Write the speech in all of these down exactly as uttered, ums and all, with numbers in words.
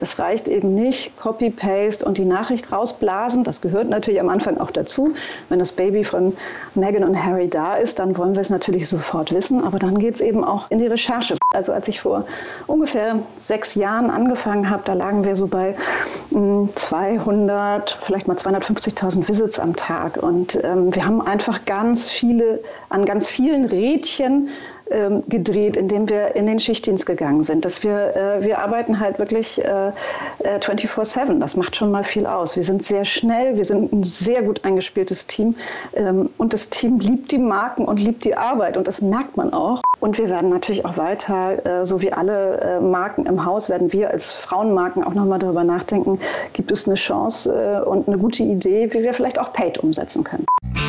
Es reicht eben nicht, Copy-Paste und die Nachricht rausblasen. Das gehört natürlich am Anfang auch dazu. Wenn das Baby von Meghan und Harry da ist, dann wollen wir es natürlich sofort wissen. Aber dann geht es eben auch in die Recherche. Also als ich vor ungefähr sechs Jahren angefangen habe, da lagen wir so bei mh, zweihundert, vielleicht mal zweihundertfünfzigtausend Visits am Tag. Und ähm, wir haben einfach ganz viele, an ganz vielen Rädchen gedreht, indem wir in den Schichtdienst gegangen sind. Dass wir, äh, wir arbeiten halt wirklich äh, vierundzwanzig sieben. Das macht schon mal viel aus. Wir sind sehr schnell, wir sind ein sehr gut eingespieltes Team. Ähm, und das Team liebt die Marken und liebt die Arbeit. Und das merkt man auch. Und wir werden natürlich auch weiter, äh, so wie alle äh, Marken im Haus, werden wir als Frauenmarken auch nochmal darüber nachdenken, gibt es eine Chance äh, und eine gute Idee, wie wir vielleicht auch Paid umsetzen können.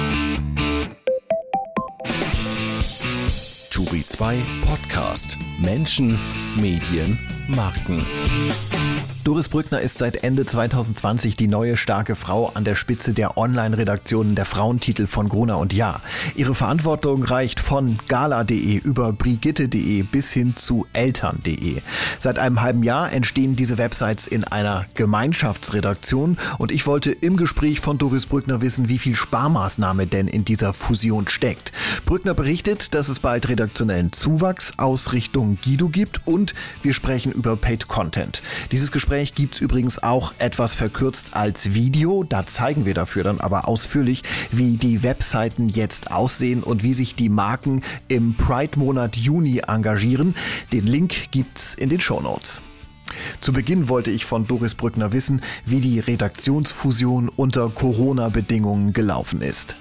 Turi zwei Podcast. Menschen, Medien, Marken. Doris Brückner ist seit Ende zwanzig zwanzig die neue starke Frau an der Spitze der Online-Redaktionen der Frauentitel von Gruner und Jahr. Ihre Verantwortung reicht von gala punkt de über brigitte punkt de bis hin zu eltern punkt de. Seit einem halben Jahr entstehen diese Websites in einer Gemeinschaftsredaktion und ich wollte im Gespräch von Doris Brückner wissen, wie viel Sparmaßnahme denn in dieser Fusion steckt. Brückner berichtet, dass es bald redaktionellen Zuwachs aus Richtung Guido gibt und wir sprechen über Paid Content. Dieses Gespräch gibt es übrigens auch etwas verkürzt als Video. Da zeigen wir dafür dann aber ausführlich, wie die Webseiten jetzt aussehen und wie sich die Marken im Pride-Monat Juni engagieren. Den Link gibt's in den Shownotes. Zu Beginn wollte ich von Doris Brückner wissen, wie die Redaktionsfusion unter Corona-Bedingungen gelaufen ist.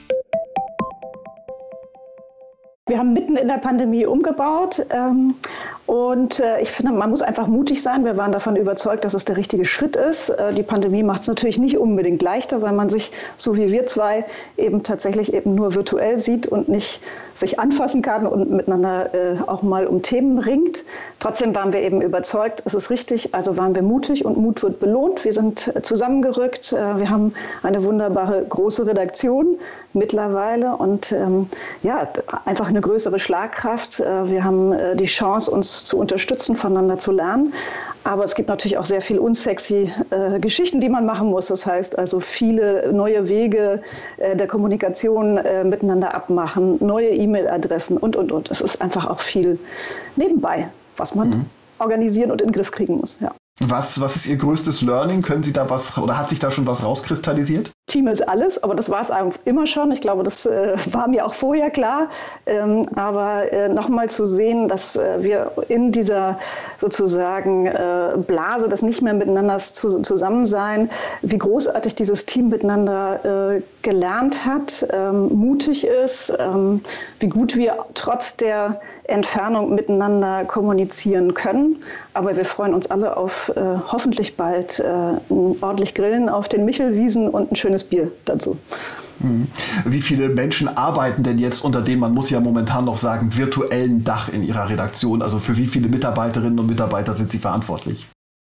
Wir haben mitten in der Pandemie umgebaut ähm, und äh, ich finde, man muss einfach mutig sein. Wir waren davon überzeugt, dass es der richtige Schritt ist. Äh, die Pandemie macht es natürlich nicht unbedingt leichter, weil man sich, so wie wir zwei, eben tatsächlich eben nur virtuell sieht und nicht sich anfassen kann und miteinander äh, auch mal um Themen ringt. Trotzdem waren wir eben überzeugt, es ist richtig, also waren wir mutig und Mut wird belohnt. Wir sind zusammengerückt, äh, wir haben eine wunderbare große Redaktion mittlerweile und ähm, ja, einfach eine größere Schlagkraft. Wir haben die Chance, uns zu unterstützen, voneinander zu lernen. Aber es gibt natürlich auch sehr viel unsexy äh, Geschichten, die man machen muss. Das heißt also viele neue Wege äh, der Kommunikation äh, miteinander abmachen, neue E-Mail-Adressen und, und, und. Es ist einfach auch viel nebenbei, was man mhm. organisieren und in den Griff kriegen muss. Ja. Was, was ist Ihr größtes Learning? Können Sie da was, oder hat sich da schon was rauskristallisiert? Team ist alles, aber das war es immer schon. Ich glaube, das äh, war mir auch vorher klar. Ähm, aber äh, nochmal zu sehen, dass äh, wir in dieser sozusagen äh, Blase des nicht mehr miteinander zu, zusammen sein, wie großartig dieses Team miteinander äh, gelernt hat, ähm, mutig ist, ähm, wie gut wir trotz der Entfernung miteinander kommunizieren können. Aber wir freuen uns alle auf äh, hoffentlich bald äh, ordentlich Grillen auf den Michelwiesen und ein schönes Bier dazu. Wie viele Menschen arbeiten denn jetzt unter dem, man muss ja momentan noch sagen, virtuellen Dach in Ihrer Redaktion? Also für wie viele Mitarbeiterinnen und Mitarbeiter sind Sie verantwortlich?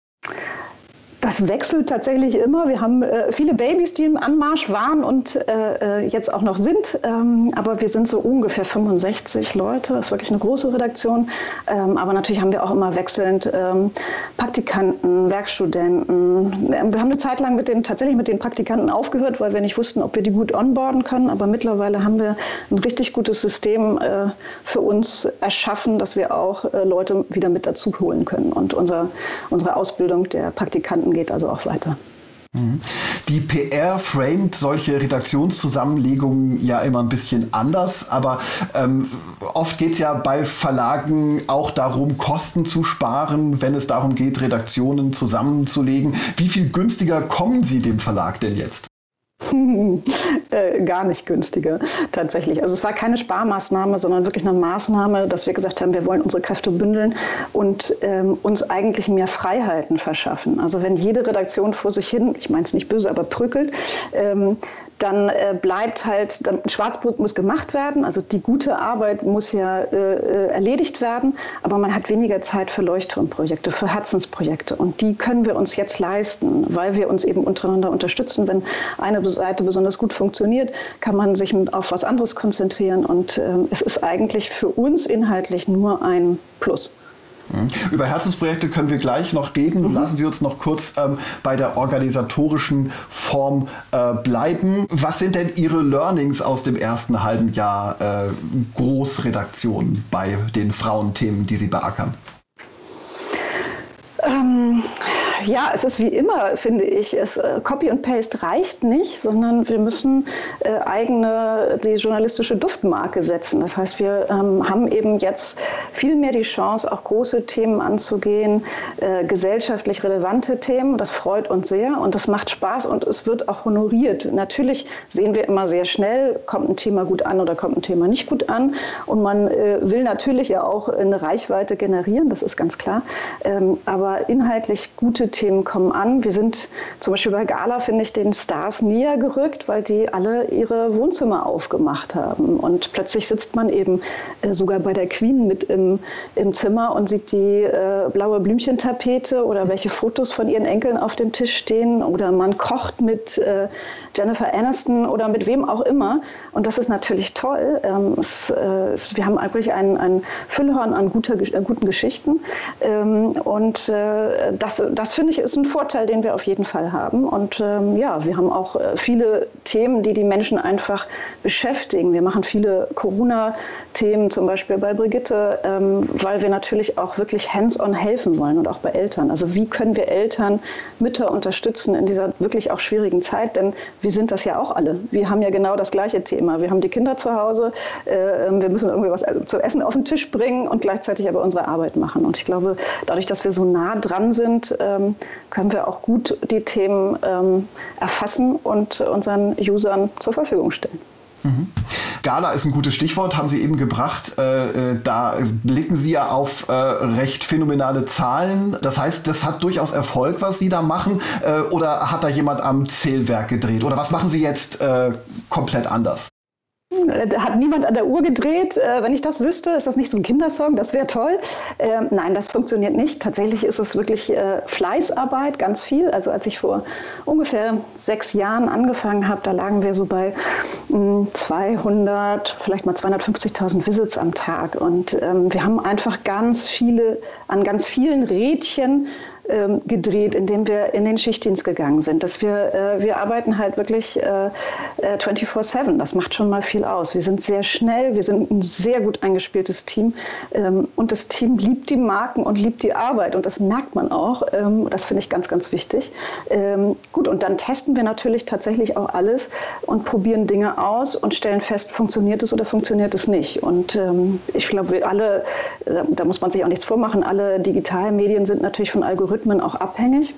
Das wechselt tatsächlich immer. Wir haben äh, viele Babys, die im Anmarsch waren und äh, jetzt auch noch sind. Ähm, aber wir sind so ungefähr fünfundsechzig Leute. Das ist wirklich eine große Redaktion. Ähm, aber natürlich haben wir auch immer wechselnd ähm, Praktikanten, Werkstudenten. Wir haben eine Zeit lang mit den, tatsächlich mit den Praktikanten aufgehört, weil wir nicht wussten, ob wir die gut onboarden können. Aber mittlerweile haben wir ein richtig gutes System äh, für uns erschaffen, dass wir auch äh, Leute wieder mit dazu holen können. Und unser, unsere Ausbildung der Praktikanten geht also auch weiter. Die P R framet solche Redaktionszusammenlegungen ja immer ein bisschen anders, aber ähm, oft geht es ja bei Verlagen auch darum, Kosten zu sparen, wenn es darum geht, Redaktionen zusammenzulegen. Wie viel günstiger kommen Sie dem Verlag denn jetzt? äh, gar nicht günstiger, tatsächlich. Also es war keine Sparmaßnahme, sondern wirklich eine Maßnahme, dass wir gesagt haben, wir wollen unsere Kräfte bündeln und ähm, uns eigentlich mehr Freiheiten verschaffen. Also wenn jede Redaktion vor sich hin, ich meine es nicht böse, aber prückelt, ähm, dann äh, bleibt halt, dann, Schwarzbrot muss gemacht werden, also die gute Arbeit muss ja äh, erledigt werden, aber man hat weniger Zeit für Leuchtturmprojekte, für Herzensprojekte und die können wir uns jetzt leisten, weil wir uns eben untereinander unterstützen. Wenn eine Seite besonders gut funktioniert, kann man sich auf was anderes konzentrieren und äh, es ist eigentlich für uns inhaltlich nur ein Plus. Über Herzensprojekte können wir gleich noch reden. Mhm. Lassen Sie uns noch kurz ähm, bei der organisatorischen Form äh, bleiben. Was sind denn Ihre Learnings aus dem ersten halben Jahr äh, Großredaktion bei den Frauenthemen, die Sie beackern? Ähm, ja, es ist wie immer, finde ich, es, äh, Copy und Paste reicht nicht, sondern wir müssen äh, eigene, die journalistische Duftmarke setzen. Das heißt, wir ähm, haben eben jetzt viel mehr die Chance, auch große Themen anzugehen, äh, gesellschaftlich relevante Themen. Das freut uns sehr und das macht Spaß und es wird auch honoriert. Natürlich sehen wir immer sehr schnell, kommt ein Thema gut an oder kommt ein Thema nicht gut an. Und man äh, will natürlich ja auch eine Reichweite generieren, das ist ganz klar. Ähm, aber inhaltlich gute Themen kommen an. Wir sind zum Beispiel bei Gala, finde ich, den Stars näher gerückt, weil die alle ihre Wohnzimmer aufgemacht haben. Und plötzlich sitzt man eben äh, sogar bei der Queen mit im, im Zimmer und sieht die äh, blaue Blümchentapete oder welche Fotos von ihren Enkeln auf dem Tisch stehen. Oder man kocht mit äh, Jennifer Aniston oder mit wem auch immer. Und das ist natürlich toll. Ähm, es, äh, es, wir haben eigentlich ein, ein Füllhorn an guter, äh, guten Geschichten. Ähm, und äh, das, das finde ich, ist ein Vorteil, den wir auf jeden Fall haben. Und ähm, ja, wir haben auch äh, viele Themen, die die Menschen einfach beschäftigen. Wir machen viele Corona-Themen, zum Beispiel bei Brigitte, ähm, weil wir natürlich auch wirklich hands-on helfen wollen und auch bei Eltern. Also wie können wir Eltern, Mütter unterstützen in dieser wirklich auch schwierigen Zeit? Denn wir sind das ja auch alle. Wir haben ja genau das gleiche Thema. Wir haben die Kinder zu Hause, äh, wir müssen irgendwie was zu essen auf den Tisch bringen und gleichzeitig aber unsere Arbeit machen. Und ich glaube, dadurch, dass wir so nah dran sind, ähm, können wir auch gut die Themen ähm, erfassen und unseren Usern zur Verfügung stellen. Mhm. Gala ist ein gutes Stichwort, haben Sie eben gebracht. Äh, da blicken Sie ja auf äh, recht phänomenale Zahlen. Das heißt, das hat durchaus Erfolg, was Sie da machen. Äh, oder hat da jemand am Zählwerk gedreht? Oder was machen Sie jetzt äh, komplett anders? Da hat niemand an der Uhr gedreht. Äh, wenn ich das wüsste, ist das nicht so ein Kindersong, das wäre toll. Ähm, nein, das funktioniert nicht. Tatsächlich ist es wirklich äh, Fleißarbeit, ganz viel. Also als ich vor ungefähr sechs Jahren angefangen habe, da lagen wir so bei mh, zweihundert, vielleicht mal zweihundertfünfzigtausend Visits am Tag. Und ähm, wir haben einfach ganz viele, an ganz vielen Rädchen ähm, gedreht, indem wir in den Schichtdienst gegangen sind. Dass wir, äh, wir arbeiten halt wirklich äh, vierundzwanzig sieben. Das macht schon mal viel aus. Wir sind sehr schnell, wir sind ein sehr gut eingespieltes Team ähm, und das Team liebt die Marken und liebt die Arbeit und das merkt man auch. Ähm, das finde ich ganz, ganz wichtig. Ähm, gut, und dann testen wir natürlich tatsächlich auch alles und probieren Dinge aus und stellen fest, funktioniert es oder funktioniert es nicht. Und ähm, ich glaube, wir alle, äh, da muss man sich auch nichts vormachen, alle Digitalmedien sind natürlich von Algorithmen auch abhängig.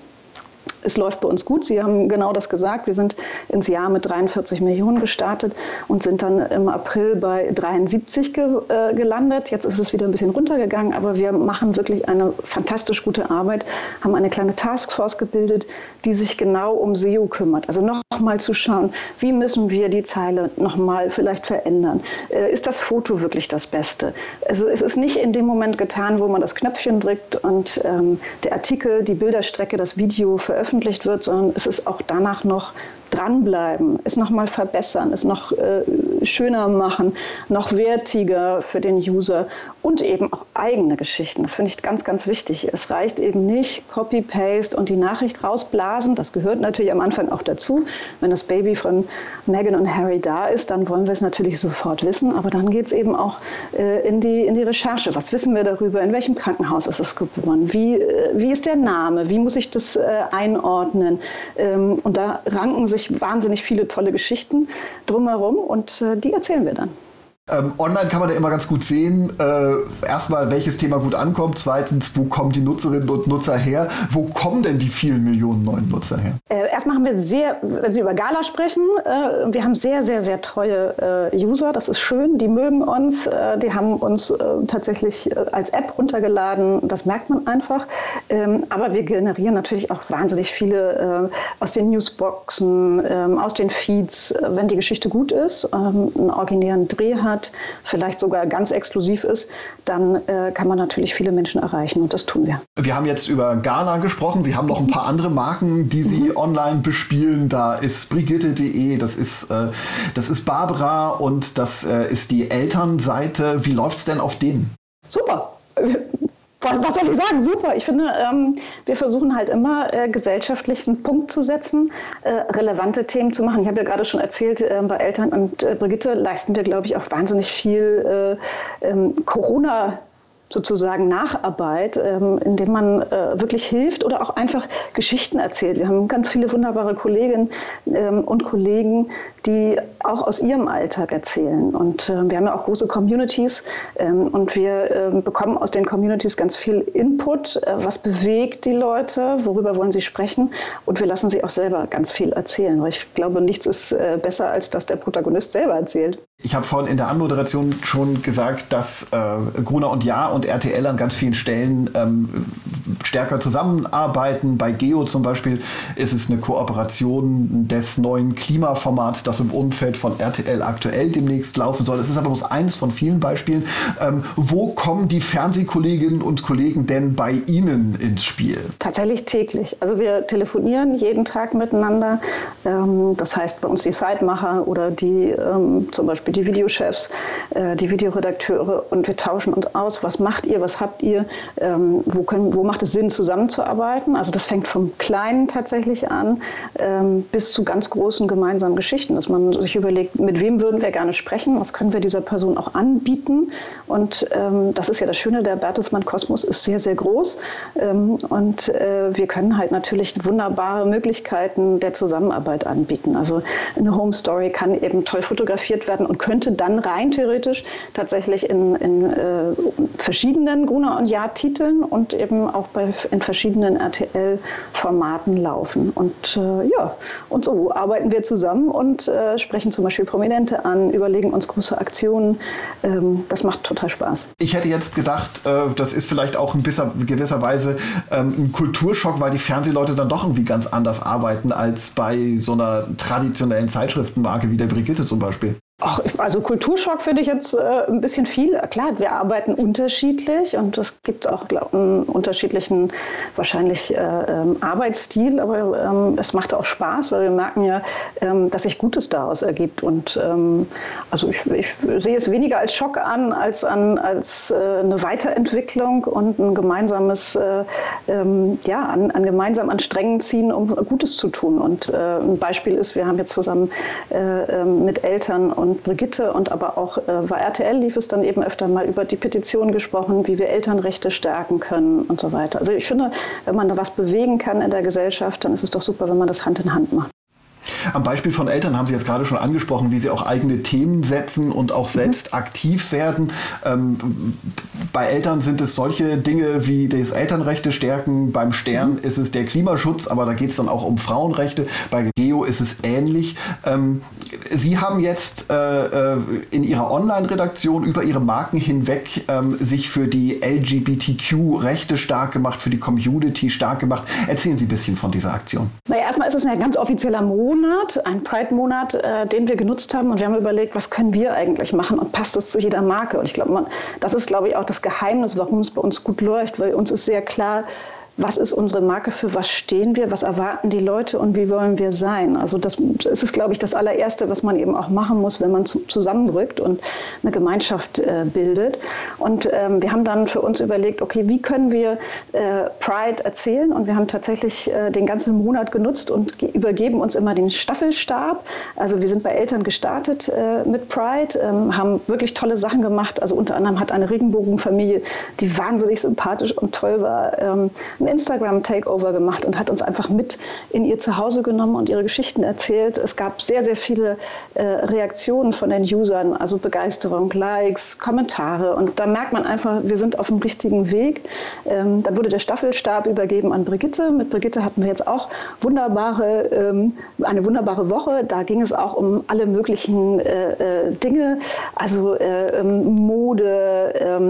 Es läuft bei uns gut. Sie haben genau das gesagt. Wir sind ins Jahr mit dreiundvierzig Millionen gestartet und sind dann im April bei dreiundsiebzig ge, äh, gelandet. Jetzt ist es wieder ein bisschen runtergegangen, aber wir machen wirklich eine fantastisch gute Arbeit, haben eine kleine Taskforce gebildet, die sich genau um S E O kümmert. Also nochmal zu schauen, wie müssen wir die Zeile nochmal vielleicht verändern? Äh, ist das Foto wirklich das Beste? Also es ist nicht in dem Moment getan, wo man das Knöpfchen drückt und ähm, der Artikel, die Bilderstrecke, das Video veröffentlicht wird, sondern es ist auch danach noch dranbleiben, es nochmal verbessern, es noch äh, schöner machen, noch wertiger für den User und eben auch eigene Geschichten. Das finde ich ganz, ganz wichtig. Es reicht eben nicht Copy-Paste und die Nachricht rausblasen. Das gehört natürlich am Anfang auch dazu. Wenn das Baby von Meghan und Harry da ist, dann wollen wir es natürlich sofort wissen. Aber dann geht es eben auch äh, in die, in die Recherche. Was wissen wir darüber? In welchem Krankenhaus ist es geboren? Wie, äh, wie ist der Name? Wie muss ich das äh, einordnen? Ähm, und da ranken sich wahnsinnig viele tolle Geschichten drumherum und äh, die erzählen wir dann. Ähm, online kann man da immer ganz gut sehen, äh, erstmal, welches Thema gut ankommt, zweitens, wo kommen die Nutzerinnen und Nutzer her, wo kommen denn die vielen Millionen neuen Nutzer her? Äh, erstmal haben wir sehr, wenn Sie über Gala sprechen, äh, wir haben sehr, sehr, sehr treue äh, User, das ist schön, die mögen uns, äh, die haben uns äh, tatsächlich äh, als App runtergeladen, das merkt man einfach, ähm, aber wir generieren natürlich auch wahnsinnig viele äh, aus den Newsboxen, äh, aus den Feeds, äh, wenn die Geschichte gut ist, äh, einen originären Dreh hat, vielleicht sogar ganz exklusiv ist, dann äh, kann man natürlich viele Menschen erreichen und das tun wir. Wir haben jetzt über Gala gesprochen. Sie haben noch ein paar andere Marken, die Sie mhm. online bespielen. Da ist Brigitte punkt de, das ist, äh, das ist Barbara und das äh, ist die Elternseite. Wie läuft's denn auf denen? Super. Was soll ich sagen? Super. Ich finde, ähm, wir versuchen halt immer äh, gesellschaftlich einen Punkt zu setzen, äh, relevante Themen zu machen. Ich habe ja gerade schon erzählt, äh, bei Eltern und äh, Brigitte leisten wir, glaube ich, auch wahnsinnig viel äh, ähm, Corona- sozusagen Nacharbeit, ähm, indem man äh, wirklich hilft oder auch einfach Geschichten erzählt. Wir haben ganz viele wunderbare Kolleginnen ähm, und Kollegen, die auch aus ihrem Alltag erzählen. Und äh, wir haben ja auch große Communities ähm, und wir äh, bekommen aus den Communities ganz viel Input. Äh, was bewegt die Leute? Worüber wollen sie sprechen? Und wir lassen sie auch selber ganz viel erzählen. Weil ich glaube, nichts ist äh, besser, als dass der Protagonist selber erzählt. Ich habe vorhin in der Anmoderation schon gesagt, dass äh, Gruner und Jahr und R T L an ganz vielen Stellen ähm, stärker zusammenarbeiten. Bei Geo zum Beispiel ist es eine Kooperation des neuen Klimaformats, das im Umfeld von R T L aktuell demnächst laufen soll. Es ist aber bloß eines von vielen Beispielen. Ähm, wo kommen die Fernsehkolleginnen und Kollegen denn bei Ihnen ins Spiel? Tatsächlich täglich. Also wir telefonieren jeden Tag miteinander. Ähm, das heißt bei uns die Sitemacher oder die ähm, zum Beispiel die Videochefs, äh, die Videoredakteure, und wir tauschen uns aus. Was macht ihr? Was habt ihr? Ähm, wo, können, wo macht es Sinn, zusammenzuarbeiten? Also das fängt vom Kleinen tatsächlich an ähm, bis zu ganz großen gemeinsamen Geschichten, dass man sich überlegt, mit wem würden wir gerne sprechen? Was können wir dieser Person auch anbieten? Und ähm, das ist ja das Schöne, der Bertelsmann-Kosmos ist sehr, sehr groß. Ähm, und äh, wir können halt natürlich wunderbare Möglichkeiten der Zusammenarbeit anbieten. Also eine Home Story kann eben toll fotografiert werden und könnte dann rein theoretisch tatsächlich in, in äh, verschiedenen Gruner und Jahr Titeln und eben auch bei, in verschiedenen R T L-Formaten laufen. Und äh, ja, und so arbeiten wir zusammen und äh, sprechen zum Beispiel Prominente an, überlegen uns große Aktionen. Ähm, das macht total Spaß. Ich hätte jetzt gedacht, äh, das ist vielleicht auch in gewisser, gewisser Weise ähm, ein Kulturschock, weil die Fernsehleute dann doch irgendwie ganz anders arbeiten als bei so einer traditionellen Zeitschriftenmarke wie der Brigitte zum Beispiel. Ach, also Kulturschock finde ich jetzt äh, ein bisschen viel. Klar, wir arbeiten unterschiedlich und es gibt auch glaub, einen unterschiedlichen wahrscheinlich äh, ähm, Arbeitsstil, aber ähm, es macht auch Spaß, weil wir merken ja, ähm, dass sich Gutes daraus ergibt. Und ähm, also ich, ich sehe es weniger als Schock an, als, an, als äh, eine Weiterentwicklung und ein gemeinsames, äh, ähm, ja, an, an gemeinsam an Strängen ziehen, um Gutes zu tun. Und äh, ein Beispiel ist, wir haben jetzt zusammen äh, mit Eltern und und Brigitte und aber auch äh, bei R T L lief es dann eben öfter mal über die Petition gesprochen, wie wir Elternrechte stärken können und so weiter. Also ich finde, wenn man da was bewegen kann in der Gesellschaft, dann ist es doch super, wenn man das Hand in Hand macht. Am Beispiel von Eltern haben Sie jetzt gerade schon angesprochen, wie Sie auch eigene Themen setzen und auch selbst mhm. aktiv werden. Ähm, bei Eltern sind es solche Dinge wie das Elternrechte stärken. Beim Stern mhm. ist es der Klimaschutz, aber da geht es dann auch um Frauenrechte. Bei Geo ist es ähnlich. Ähm, Sie haben jetzt äh, in Ihrer Online-Redaktion über Ihre Marken hinweg ähm, sich für die L G B T Q-Rechte stark gemacht, für die Community stark gemacht. Erzählen Sie ein bisschen von dieser Aktion. Naja, erstmal ist es ein ganz offizieller Monat, ein Pride-Monat, äh, den wir genutzt haben, und wir haben überlegt, was können wir eigentlich machen und passt es zu jeder Marke? Und ich glaube, das ist, glaube ich, auch das Geheimnis, warum es bei uns gut läuft, weil uns ist sehr klar, was ist unsere Marke, für was stehen wir, was erwarten die Leute und wie wollen wir sein. Also das ist, glaube ich, das allererste, was man eben auch machen muss, wenn man zusammenrückt und eine Gemeinschaft äh, bildet. Und ähm, wir haben dann für uns überlegt, okay, wie können wir äh, Pride erzählen? Und wir haben tatsächlich äh, den ganzen Monat genutzt und übergeben uns immer den Staffelstab. Also wir sind bei Eltern gestartet äh, mit Pride, ähm, haben wirklich tolle Sachen gemacht. Also unter anderem hat eine Regenbogenfamilie, die wahnsinnig sympathisch und toll war, ähm, ein Instagram-Takeover gemacht und hat uns einfach mit in ihr Zuhause genommen und ihre Geschichten erzählt. Es gab sehr, sehr viele äh, Reaktionen von den Usern, also Begeisterung, Likes, Kommentare. Und da merkt man einfach, wir sind auf dem richtigen Weg. Ähm, dann wurde der Staffelstab übergeben an Brigitte. Mit Brigitte hatten wir jetzt auch wunderbare, ähm, eine wunderbare Woche. Da ging es auch um alle möglichen äh, äh, Dinge, also äh, Mode,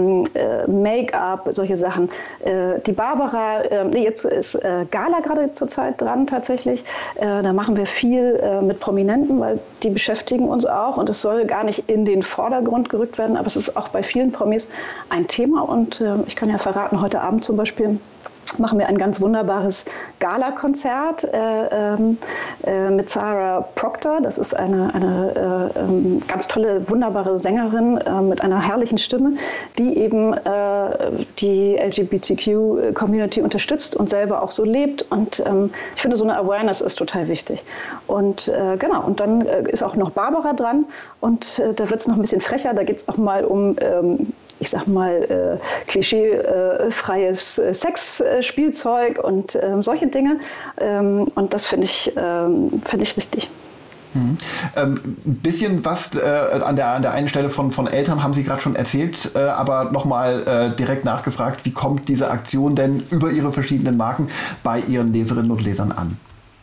äh, Make-up, solche Sachen. Äh, die Barbara Ähm, nee, jetzt ist äh, Gala gerade zur Zeit dran tatsächlich. Äh, da machen wir viel äh, mit Prominenten, weil die beschäftigen uns auch. Und es soll gar nicht in den Vordergrund gerückt werden, aber es ist auch bei vielen Promis ein Thema. Und äh, ich kann ja verraten, heute Abend zum Beispiel machen wir ein ganz wunderbares Gala-Konzert äh, äh, mit Sarah Proctor. Das ist eine, eine äh, ganz tolle, wunderbare Sängerin äh, mit einer herrlichen Stimme, die eben äh, die L G B T Q-Community unterstützt und selber auch so lebt. Und ähm, ich finde, so eine Awareness ist total wichtig. Und äh, genau, und dann äh, ist auch noch Barbara dran und äh, da wird es noch ein bisschen frecher. Da geht es auch mal um ähm, ich sag mal, äh, klischeefreies äh, Sexspielzeug und äh, solche Dinge. Ähm, und das finde ich, ähm, finde ich richtig. Mhm. Ähm, ein bisschen was äh, an, der, an der einen Stelle von, von Eltern haben Sie gerade schon erzählt, äh, aber nochmal äh, direkt nachgefragt, wie kommt diese Aktion denn über Ihre verschiedenen Marken bei Ihren Leserinnen und Lesern an?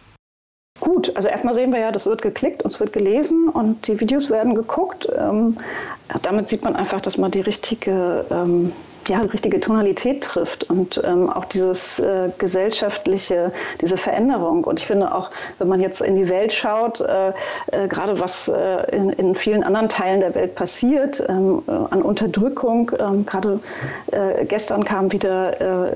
Gut, also erstmal sehen wir ja, das wird geklickt und es wird gelesen und die Videos werden geguckt. Ähm, damit sieht man einfach, dass man die richtige, ähm, ja, richtige Tonalität trifft und ähm, auch dieses äh, gesellschaftliche, diese Veränderung. Und ich finde auch, wenn man jetzt in die Welt schaut, äh, äh, gerade was äh, in, in vielen anderen Teilen der Welt passiert, ähm, äh, an Unterdrückung, ähm, gerade äh, gestern kam wieder äh,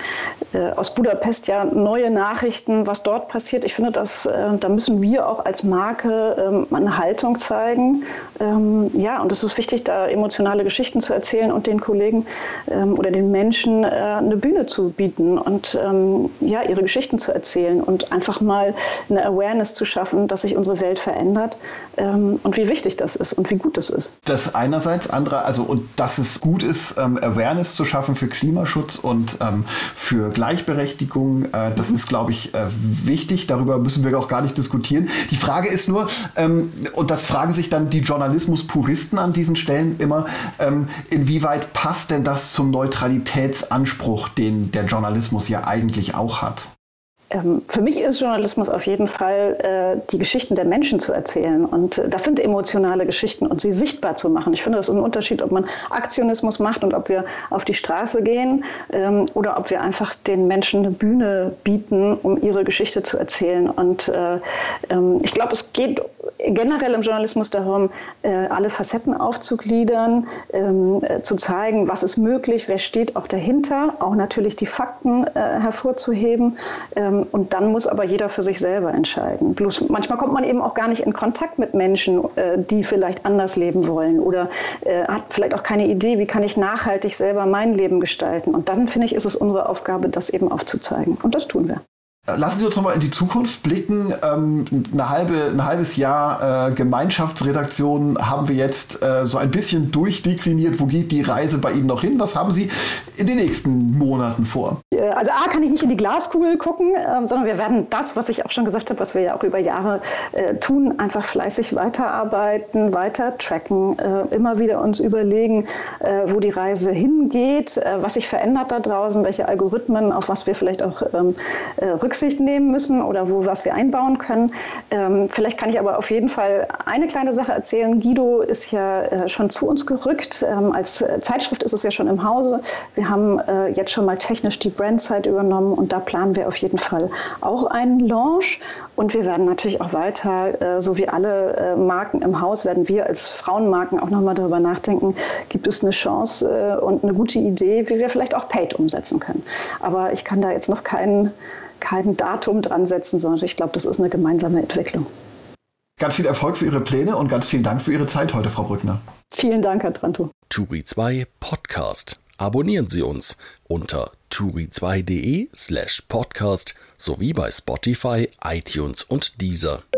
äh, aus Budapest ja neue Nachrichten, was dort passiert. Ich finde, dass, äh, da müssen wir auch als Marke äh, eine Haltung zeigen. Ähm, ja, und es ist wichtig, da emotionale Geschichten zu erzählen und den Kollegen oder den Menschen äh, eine Bühne zu bieten und ähm, ja, ihre Geschichten zu erzählen und einfach mal eine Awareness zu schaffen, dass sich unsere Welt verändert ähm, und wie wichtig das ist und wie gut das ist. Das einerseits, andere, also und dass es gut ist, ähm, Awareness zu schaffen für Klimaschutz und ähm, für Gleichberechtigung, äh, das mhm. ist, glaube ich, äh, wichtig. Darüber müssen wir auch gar nicht diskutieren. Die Frage ist nur, ähm, und das fragen sich dann die Journalismus-Puristen an diesen Stellen immer, ähm, inwieweit passt denn das zum Neutralitätsanspruch, den der Journalismus ja eigentlich auch hat? Ähm, für mich ist Journalismus auf jeden Fall, äh, die Geschichten der Menschen zu erzählen. Und äh, das sind emotionale Geschichten und sie sichtbar zu machen. Ich finde, das ist ein Unterschied, ob man Aktionismus macht und ob wir auf die Straße gehen ähm, oder ob wir einfach den Menschen eine Bühne bieten, um ihre Geschichte zu erzählen. Und äh, ähm, ich glaube, es geht generell im Journalismus darum, äh, alle Facetten aufzugliedern, ähm, äh, zu zeigen, was ist möglich, wer steht auch dahinter, auch natürlich die Fakten äh, hervorzuheben. Ähm, Und dann muss aber jeder für sich selber entscheiden. Bloß manchmal kommt man eben auch gar nicht in Kontakt mit Menschen, die vielleicht anders leben wollen oder hat vielleicht auch keine Idee, wie kann ich nachhaltig selber mein Leben gestalten. Und dann, finde ich, ist es unsere Aufgabe, das eben aufzuzeigen. Und das tun wir. Lassen Sie uns nochmal in die Zukunft blicken. Ähm, eine halbe, ein halbes Jahr äh, Gemeinschaftsredaktion haben wir jetzt äh, so ein bisschen durchdekliniert. Wo geht die Reise bei Ihnen noch hin? Was haben Sie in den nächsten Monaten vor? Also A, kann ich nicht in die Glaskugel gucken, äh, sondern wir werden das, was ich auch schon gesagt habe, was wir ja auch über Jahre äh, tun, einfach fleißig weiterarbeiten, weiter tracken, äh, immer wieder uns überlegen, äh, wo die Reise hingeht, äh, was sich verändert da draußen, welche Algorithmen, auf was wir vielleicht auch ähm, äh, Rücksicht nehmen müssen oder wo was wir einbauen können. Ähm, vielleicht kann ich aber auf jeden Fall eine kleine Sache erzählen. Guido ist ja äh, schon zu uns gerückt. Ähm, als äh, Zeitschrift ist es ja schon im Hause. Wir haben äh, jetzt schon mal technisch die Brandzeit übernommen und da planen wir auf jeden Fall auch einen Launch. Und wir werden natürlich auch weiter, äh, so wie alle äh, Marken im Haus, werden wir als Frauenmarken auch nochmal darüber nachdenken, gibt es eine Chance äh, und eine gute Idee, wie wir vielleicht auch Paid umsetzen können. Aber ich kann da jetzt noch keinen kein Datum dran setzen, sondern ich glaube, das ist eine gemeinsame Entwicklung. Ganz viel Erfolg für Ihre Pläne und ganz vielen Dank für Ihre Zeit heute, Frau Brückner. Vielen Dank, Herr Trantow. Turi zwei Podcast. Abonnieren Sie uns unter turi zwei punkt de slash podcast sowie bei Spotify, iTunes und Deezer.